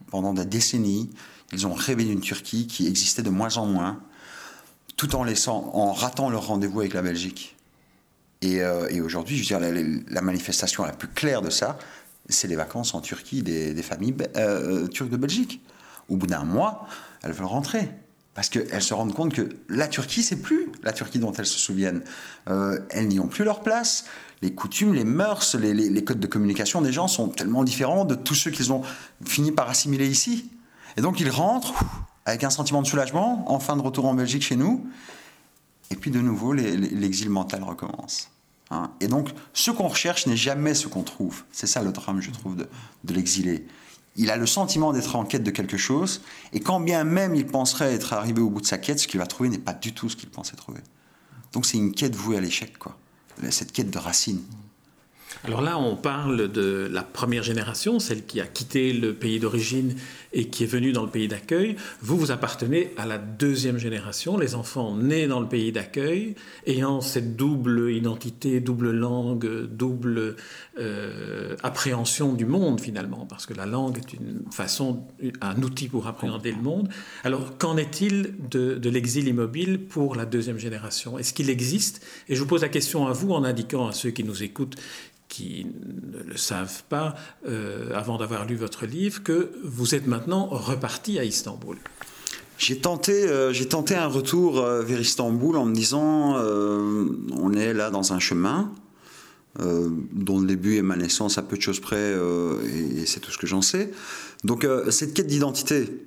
pendant des décennies, ils ont rêvé d'une Turquie qui existait de moins en moins, tout en, laissant, en ratant leur rendez-vous avec la Belgique. Et, euh, et aujourd'hui, je veux dire, la, la manifestation la plus claire de ça, c'est les vacances en Turquie des, des familles euh, turques de Belgique. Au bout d'un mois, elles veulent rentrer. Parce qu'elles se rendent compte que la Turquie, c'est plus la Turquie dont elles se souviennent. Euh, elles n'y ont plus leur place. Les coutumes, les mœurs, les, les, les codes de communication des gens sont tellement différents de tous ceux qu'ils ont fini par assimiler ici. Et donc ils rentrent avec un sentiment de soulagement, enfin de retour en Belgique chez nous. Et puis de nouveau, les, les, l'exil mental recommence. Hein. Et donc, ce qu'on recherche n'est jamais ce qu'on trouve. C'est ça le drame, je trouve, de, de l'exilé. Il a le sentiment d'être en quête de quelque chose, et quand bien même il penserait être arrivé au bout de sa quête, ce qu'il va trouver n'est pas du tout ce qu'il pensait trouver. Donc c'est une quête vouée à l'échec, quoi. Cette quête de racines. Alors là, on parle de la première génération, celle qui a quitté le pays d'origine et qui est venue dans le pays d'accueil. Vous, vous appartenez à la deuxième génération, les enfants nés dans le pays d'accueil, ayant cette double identité, double langue, double euh, appréhension du monde finalement, parce que la langue est une façon, un outil pour appréhender le monde. Alors, qu'en est-il de, de l'exil immobile pour la deuxième génération ? Est-ce qu'il existe ? Et je vous pose la question à vous en indiquant à ceux qui nous écoutent, qui ne le savent pas, euh, avant d'avoir lu votre livre, que vous êtes maintenant reparti à Istanbul. J'ai tenté, euh, j'ai tenté un retour euh, vers Istanbul en me disant euh, on est là dans un chemin euh, dont le début est ma naissance à peu de choses près, euh, et, et c'est tout ce que j'en sais. Donc euh, cette quête d'identité,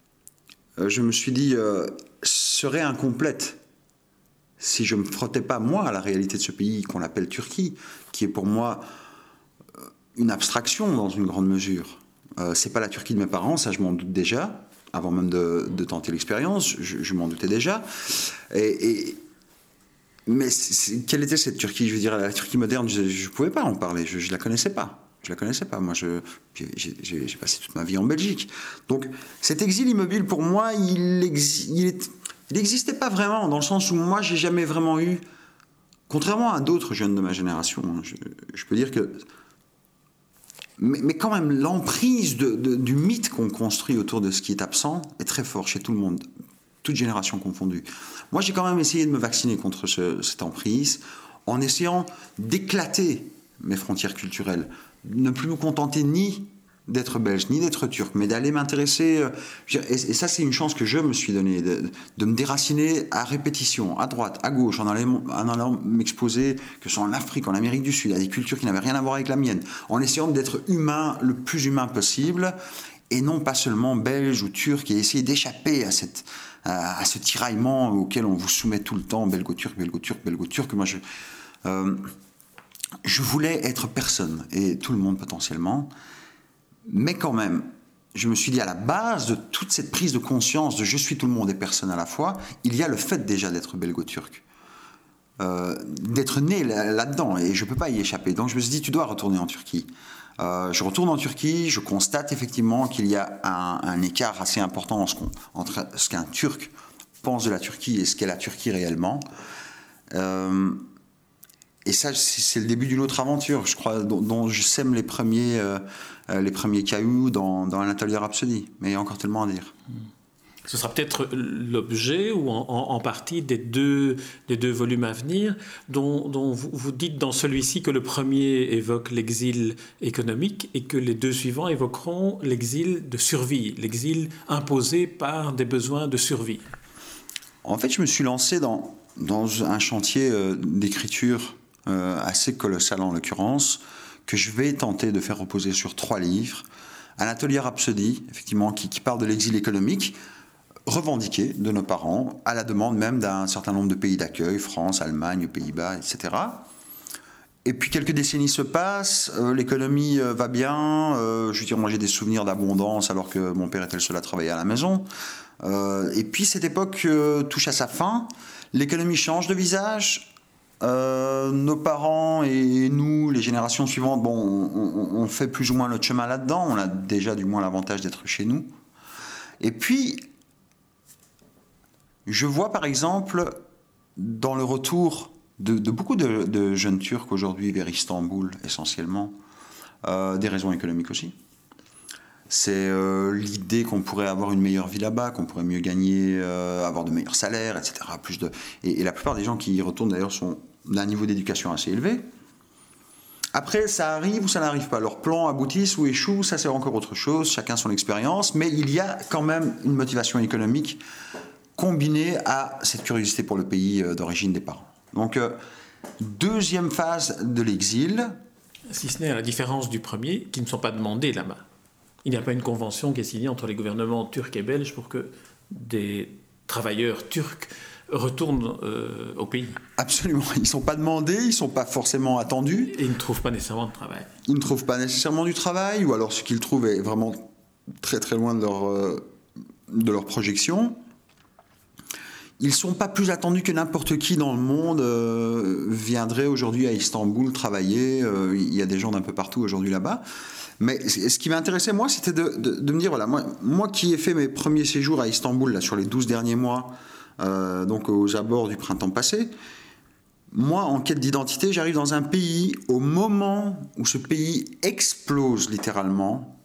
euh, je me suis dit, euh, serait incomplète si je ne me frottais pas, moi, à la réalité de ce pays qu'on appelle Turquie, qui est pour moi une abstraction dans une grande mesure. Euh, c'est pas la Turquie de mes parents, ça je m'en doute déjà, avant même de, de tenter l'expérience, je, je m'en doutais déjà. Et, et, mais c'est, quelle était cette Turquie ? Je veux dire, la Turquie moderne, je ne pouvais pas en parler, je ne la connaissais pas. Je la connaissais pas. Moi, je, j'ai, j'ai, j'ai passé toute ma vie en Belgique. Donc, cet exil immobile, pour moi, il exi- il est... Il n'existait pas vraiment, dans le sens où moi, j'ai jamais vraiment eu, contrairement à d'autres jeunes de ma génération, je, je peux dire que, mais, mais quand même, l'emprise de, de, du mythe qu'on construit autour de ce qui est absent est très fort chez tout le monde, toute génération confondue. Moi, j'ai quand même essayé de me vacciner contre ce, cette emprise, en essayant d'éclater mes frontières culturelles, ne plus me contenter ni d'être belge, ni d'être turc, mais d'aller m'intéresser... Et, et ça, c'est une chance que je me suis donnée, de, de me déraciner à répétition, à droite, à gauche, en allant, en allant m'exposer, que ce soit en Afrique, en Amérique du Sud, à des cultures qui n'avaient rien à voir avec la mienne, en essayant d'être humain, le plus humain possible, et non pas seulement belge ou turc, et essayer d'échapper à, cette, à, à ce tiraillement auquel on vous soumet tout le temps, belgo-turc, belgo-turc, belgo-turc. Moi, je, euh, je voulais être personne, et tout le monde potentiellement. Mais quand même, je me suis dit, à la base de toute cette prise de conscience de je suis tout le monde et personne à la fois, il y a le fait déjà d'être belgo-turc, euh, d'être né là- là-dedans, et je ne peux pas y échapper. Donc je me suis dit, tu dois retourner en Turquie. Euh, je retourne en Turquie, je constate effectivement qu'il y a un, un écart assez important en ce qu'on, entre ce qu'un Turc pense de la Turquie et ce qu'est la Turquie réellement. Euh, Et ça, c'est le début d'une autre aventure, je crois, dont, dont je sème les premiers, euh, les premiers cailloux dans, dans Anatolia Rhapsody. Mais il y a encore tellement à dire. Ce sera peut-être l'objet, ou en, en, en partie, des deux, des deux volumes à venir, dont, dont vous, vous dites dans celui-ci que le premier évoque l'exil économique et que les deux suivants évoqueront l'exil de survie, l'exil imposé par des besoins de survie. En fait, je me suis lancé dans, dans un chantier euh, d'écriture euh, assez colossal en l'occurrence, que je vais tenter de faire reposer sur trois livres. Anatolia Rhapsody, effectivement, qui, qui parle de l'exil économique, revendiqué de nos parents, à la demande même d'un certain nombre de pays d'accueil, France, Allemagne, Pays-Bas, et cetera. Et puis quelques décennies se passent, euh, l'économie euh, va bien, euh, je veux dire, moi j'ai des souvenirs d'abondance alors que mon père était le seul à travailler à la maison. Euh, et puis cette époque euh, touche à sa fin, l'économie change de visage, euh, nos parents et nous, les générations suivantes, bon, on, on, on fait plus ou moins notre chemin là-dedans, on a déjà du moins l'avantage d'être chez nous. Et puis, je vois par exemple, dans le retour de, de beaucoup de, de jeunes Turcs aujourd'hui vers Istanbul essentiellement, euh, des raisons économiques aussi. C'est euh, l'idée qu'on pourrait avoir une meilleure vie là-bas, qu'on pourrait mieux gagner, euh, avoir de meilleurs salaires, et cetera. Plus de... et, et la plupart des gens qui y retournent d'ailleurs sont d'un niveau d'éducation assez élevé. Après, ça arrive ou ça n'arrive pas. Leurs plans aboutissent ou échouent, ça c'est encore autre chose, chacun son expérience, mais il y a quand même une motivation économique combinée à cette curiosité pour le pays d'origine des parents. Donc, euh, deuxième phase de l'exil. Si ce n'est à la différence du premier, qui ne sont pas demandés là-bas. Il n'y a pas une convention qui est signée entre les gouvernements turcs et belges pour que des travailleurs turcs retournent euh, au pays. Absolument. Ils ne sont pas demandés, ils ne sont pas forcément attendus. Et ils ne trouvent pas nécessairement de travail. Ils ne trouvent pas nécessairement du travail, ou alors ce qu'ils trouvent est vraiment très très loin de leur, euh, de leur projection. Ils ne sont pas plus attendus que n'importe qui dans le monde euh, viendrait aujourd'hui à Istanbul travailler. Euh, il y a des gens d'un peu partout aujourd'hui là-bas. Mais ce qui m'intéressait, moi, c'était de, de, de me dire, voilà, moi, moi qui ai fait mes premiers séjours à Istanbul là, sur les douze derniers mois, euh, donc aux abords du printemps passé, moi, en quête d'identité, j'arrive dans un pays, au moment où ce pays explose littéralement,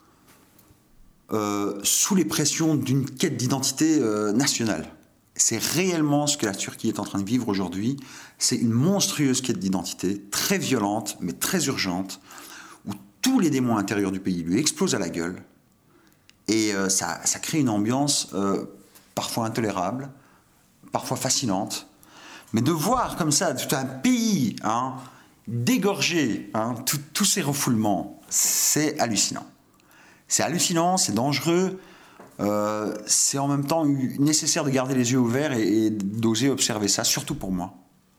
euh, sous les pressions d'une quête d'identité euh, nationale. C'est réellement ce que la Turquie est en train de vivre aujourd'hui. C'est une monstrueuse quête d'identité, très violente, mais très urgente, où tous les démons intérieurs du pays lui explosent à la gueule. Et euh, ça, ça crée une ambiance euh, parfois intolérable, parfois fascinante. Mais de voir comme ça tout un pays hein, dégorgé, hein, tous ces refoulements, c'est hallucinant. C'est hallucinant, c'est dangereux. Euh, c'est en même temps nécessaire de garder les yeux ouverts et, et d'oser observer ça, surtout pour moi.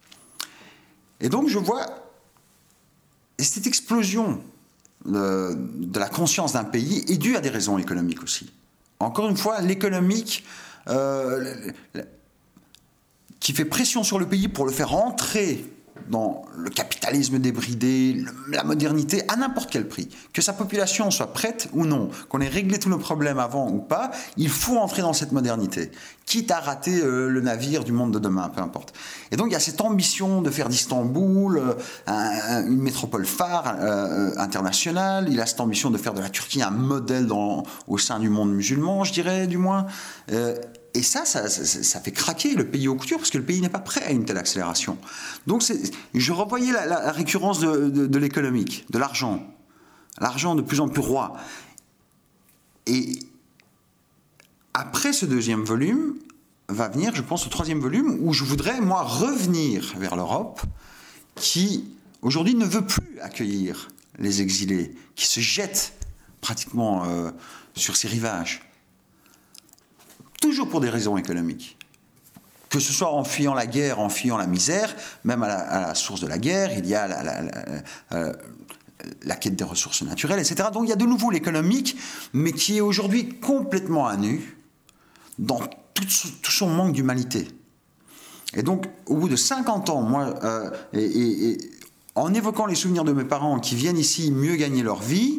Et donc je vois cette explosion de, de la conscience d'un pays est due à des raisons économiques aussi. Encore une fois, l'économique euh, qui fait pression sur le pays pour le faire entrer dans le capitalisme débridé, le, la modernité, à n'importe quel prix. Que sa population soit prête ou non, qu'on ait réglé tous nos problèmes avant ou pas, il faut entrer dans cette modernité, quitte à rater euh, le navire du monde de demain, peu importe. Et donc il y a cette ambition de faire d'Istanbul euh, un, une métropole phare euh, internationale, il a cette ambition de faire de la Turquie un modèle dans, au sein du monde musulman, je dirais, du moins. Euh, Et ça ça, ça, ça fait craquer le pays aux coutures, parce que le pays n'est pas prêt à une telle accélération. Donc c'est, je revoyais la, la, la récurrence de, de, de l'économique, de l'argent. L'argent de plus en plus roi. Et après ce deuxième volume, va venir, je pense, le troisième volume, où je voudrais, moi, revenir vers l'Europe, qui, aujourd'hui, ne veut plus accueillir les exilés, qui se jettent pratiquement euh, sur ses rivages. Toujours pour des raisons économiques. Que ce soit en fuyant la guerre, en fuyant la misère, même à la, à la source de la guerre, il y a la, la, la, euh, la quête des ressources naturelles, et cetera. Donc il y a de nouveau l'économique, mais qui est aujourd'hui complètement à nu, dans tout, tout son manque d'humanité. Et donc, au bout de cinquante ans, moi, euh, et, et, et, en évoquant les souvenirs de mes parents qui viennent ici mieux gagner leur vie,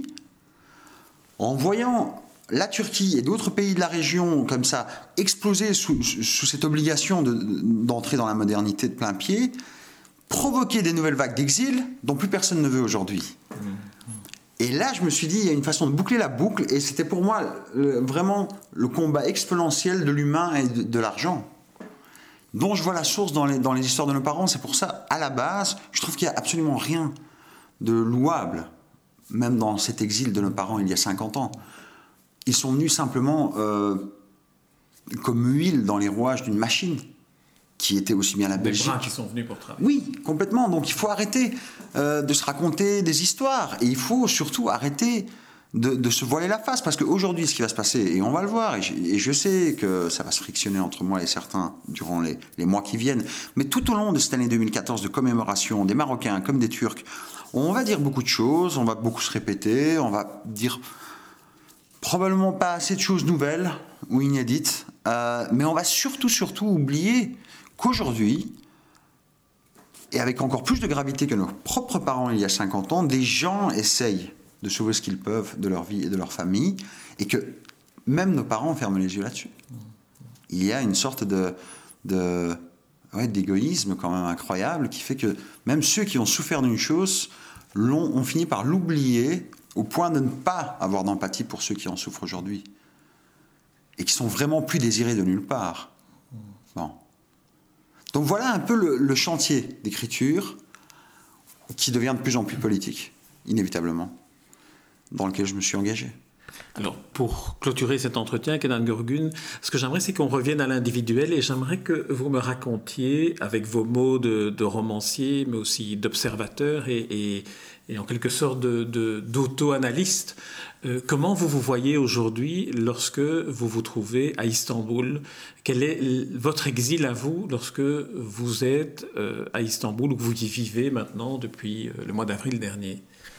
en voyant la Turquie et d'autres pays de la région, comme ça, exploser sous, sous cette obligation de, d'entrer dans la modernité de plein pied, provoquer des nouvelles vagues d'exil dont plus personne ne veut aujourd'hui. Mmh. Et là, je me suis dit, il y a une façon de boucler la boucle, et c'était pour moi le, vraiment le combat exponentiel de l'humain et de, de l'argent, dont je vois la source dans les, dans les histoires de nos parents. C'est pour ça, à la base, je trouve qu'il n'y a absolument rien de louable, même dans cet exil de nos parents il y a cinquante ans. Ils sont venus simplement euh, comme huile dans les rouages d'une machine qui était aussi bien la Belgique. Des brins qui sont venus pour travailler. Oui, complètement. Donc il faut arrêter euh, de se raconter des histoires. Et il faut surtout arrêter de, de se voiler la face. Parce qu'aujourd'hui, ce qui va se passer, et on va le voir, et je, et je sais que ça va se frictionner entre moi et certains durant les, les mois qui viennent, mais tout au long de cette année deux mille quatorze de commémoration, des Marocains comme des Turcs, on va dire beaucoup de choses, on va beaucoup se répéter, on va dire probablement pas assez de choses nouvelles ou inédites, euh, mais on va surtout, surtout oublier qu'aujourd'hui, et avec encore plus de gravité que nos propres parents il y a cinquante ans, des gens essayent de sauver ce qu'ils peuvent de leur vie et de leur famille, et que même nos parents ferment les yeux là-dessus. Il y a une sorte de, de, ouais, d'égoïsme quand même incroyable qui fait que même ceux qui ont souffert d'une chose l'ont, ont fini par l'oublier au point de ne pas avoir d'empathie pour ceux qui en souffrent aujourd'hui et qui sont vraiment plus désirés de nulle part. Bon. Donc voilà un peu le, le chantier d'écriture qui devient de plus en plus politique, inévitablement, dans lequel je me suis engagé. Alors, pour clôturer cet entretien, Kenan Görgün, ce que j'aimerais, c'est qu'on revienne à l'individuel et j'aimerais que vous me racontiez, avec vos mots de, de romancier, mais aussi d'observateur et, et, et en quelque sorte de, de, d'auto-analyste, euh, comment vous vous voyez aujourd'hui lorsque vous vous trouvez à Istanbul. Quel est votre exil à vous lorsque vous êtes euh, à Istanbul ou que vous y vivez maintenant depuis le mois d'avril dernier ?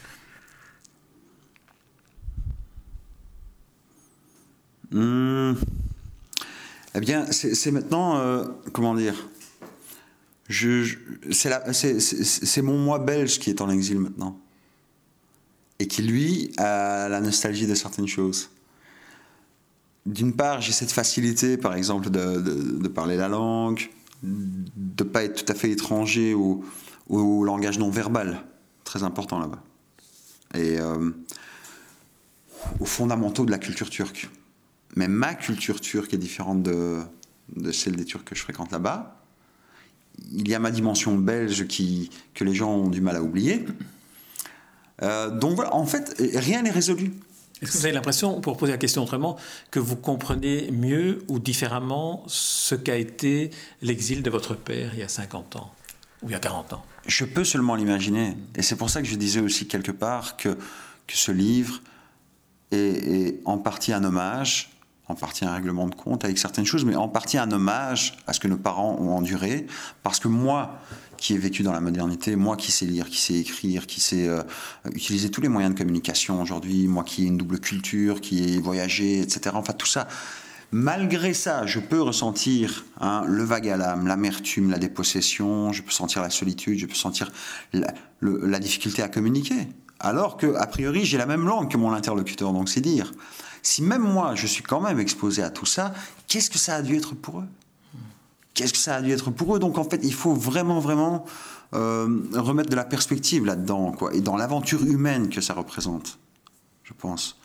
Mmh. Eh bien, c'est, c'est maintenant, euh, comment dire, je, je, c'est, la, c'est, c'est, c'est mon moi belge qui est en exil maintenant. Et qui, lui, a la nostalgie de certaines choses. D'une part, j'ai cette facilité, par exemple, de, de, de parler la langue, de ne pas être tout à fait étranger au, au langage non verbal, très important là-bas. Et euh, aux fondamentaux de la culture turque. Mais ma culture turque est différente de, de celle des Turcs que je fréquente là-bas. Il y a ma dimension belge qui, que les gens ont du mal à oublier. Euh, donc voilà, en fait, rien n'est résolu. Est-ce que vous avez l'impression, pour poser la question autrement, que vous comprenez mieux ou différemment ce qu'a été l'exil de votre père il y a cinquante ans ou il y a quarante ans ? Je peux seulement l'imaginer. Et c'est pour ça que je disais aussi quelque part que, que ce livre est, est en partie un hommage, en partie un règlement de compte avec certaines choses, mais en partie un hommage à ce que nos parents ont enduré, parce que moi, qui ai vécu dans la modernité, moi qui sais lire, qui sais écrire, qui sais euh, utiliser tous les moyens de communication aujourd'hui, moi qui ai une double culture, qui ai voyagé, et cetera, enfin tout ça, malgré ça, je peux ressentir hein, le vague à l'âme, l'amertume, la dépossession, je peux sentir la solitude, je peux sentir la, le, la difficulté à communiquer, alors que, a priori, j'ai la même langue que mon interlocuteur, donc c'est dire. Si même moi, je suis quand même exposé à tout ça, qu'est-ce que ça a dû être pour eux ? Qu'est-ce que ça a dû être pour eux ? Donc en fait, il faut vraiment, vraiment euh, remettre de la perspective là-dedans, quoi, et dans l'aventure humaine que ça représente, je pense.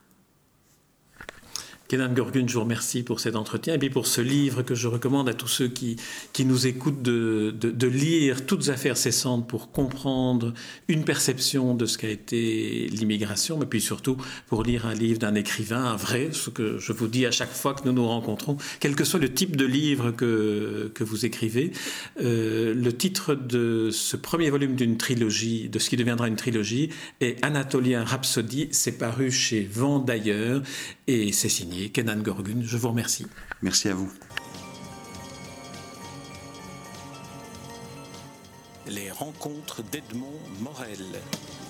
Kenan Görgün, je vous remercie pour cet entretien et puis pour ce livre que je recommande à tous ceux qui, qui nous écoutent de, de, de lire Toutes affaires cessantes pour comprendre une perception de ce qu'a été l'immigration, mais puis surtout pour lire un livre d'un écrivain, un vrai, ce que je vous dis à chaque fois que nous nous rencontrons, quel que soit le type de livre que, que vous écrivez. Euh, le titre de ce premier volume d'une trilogie, de ce qui deviendra une trilogie, est Anatolien Rhapsody. C'est paru chez Vent d'ailleurs et c'est signé Kenan Görgün. Je vous remercie. Merci à vous. Les rencontres d'Edmond Morel.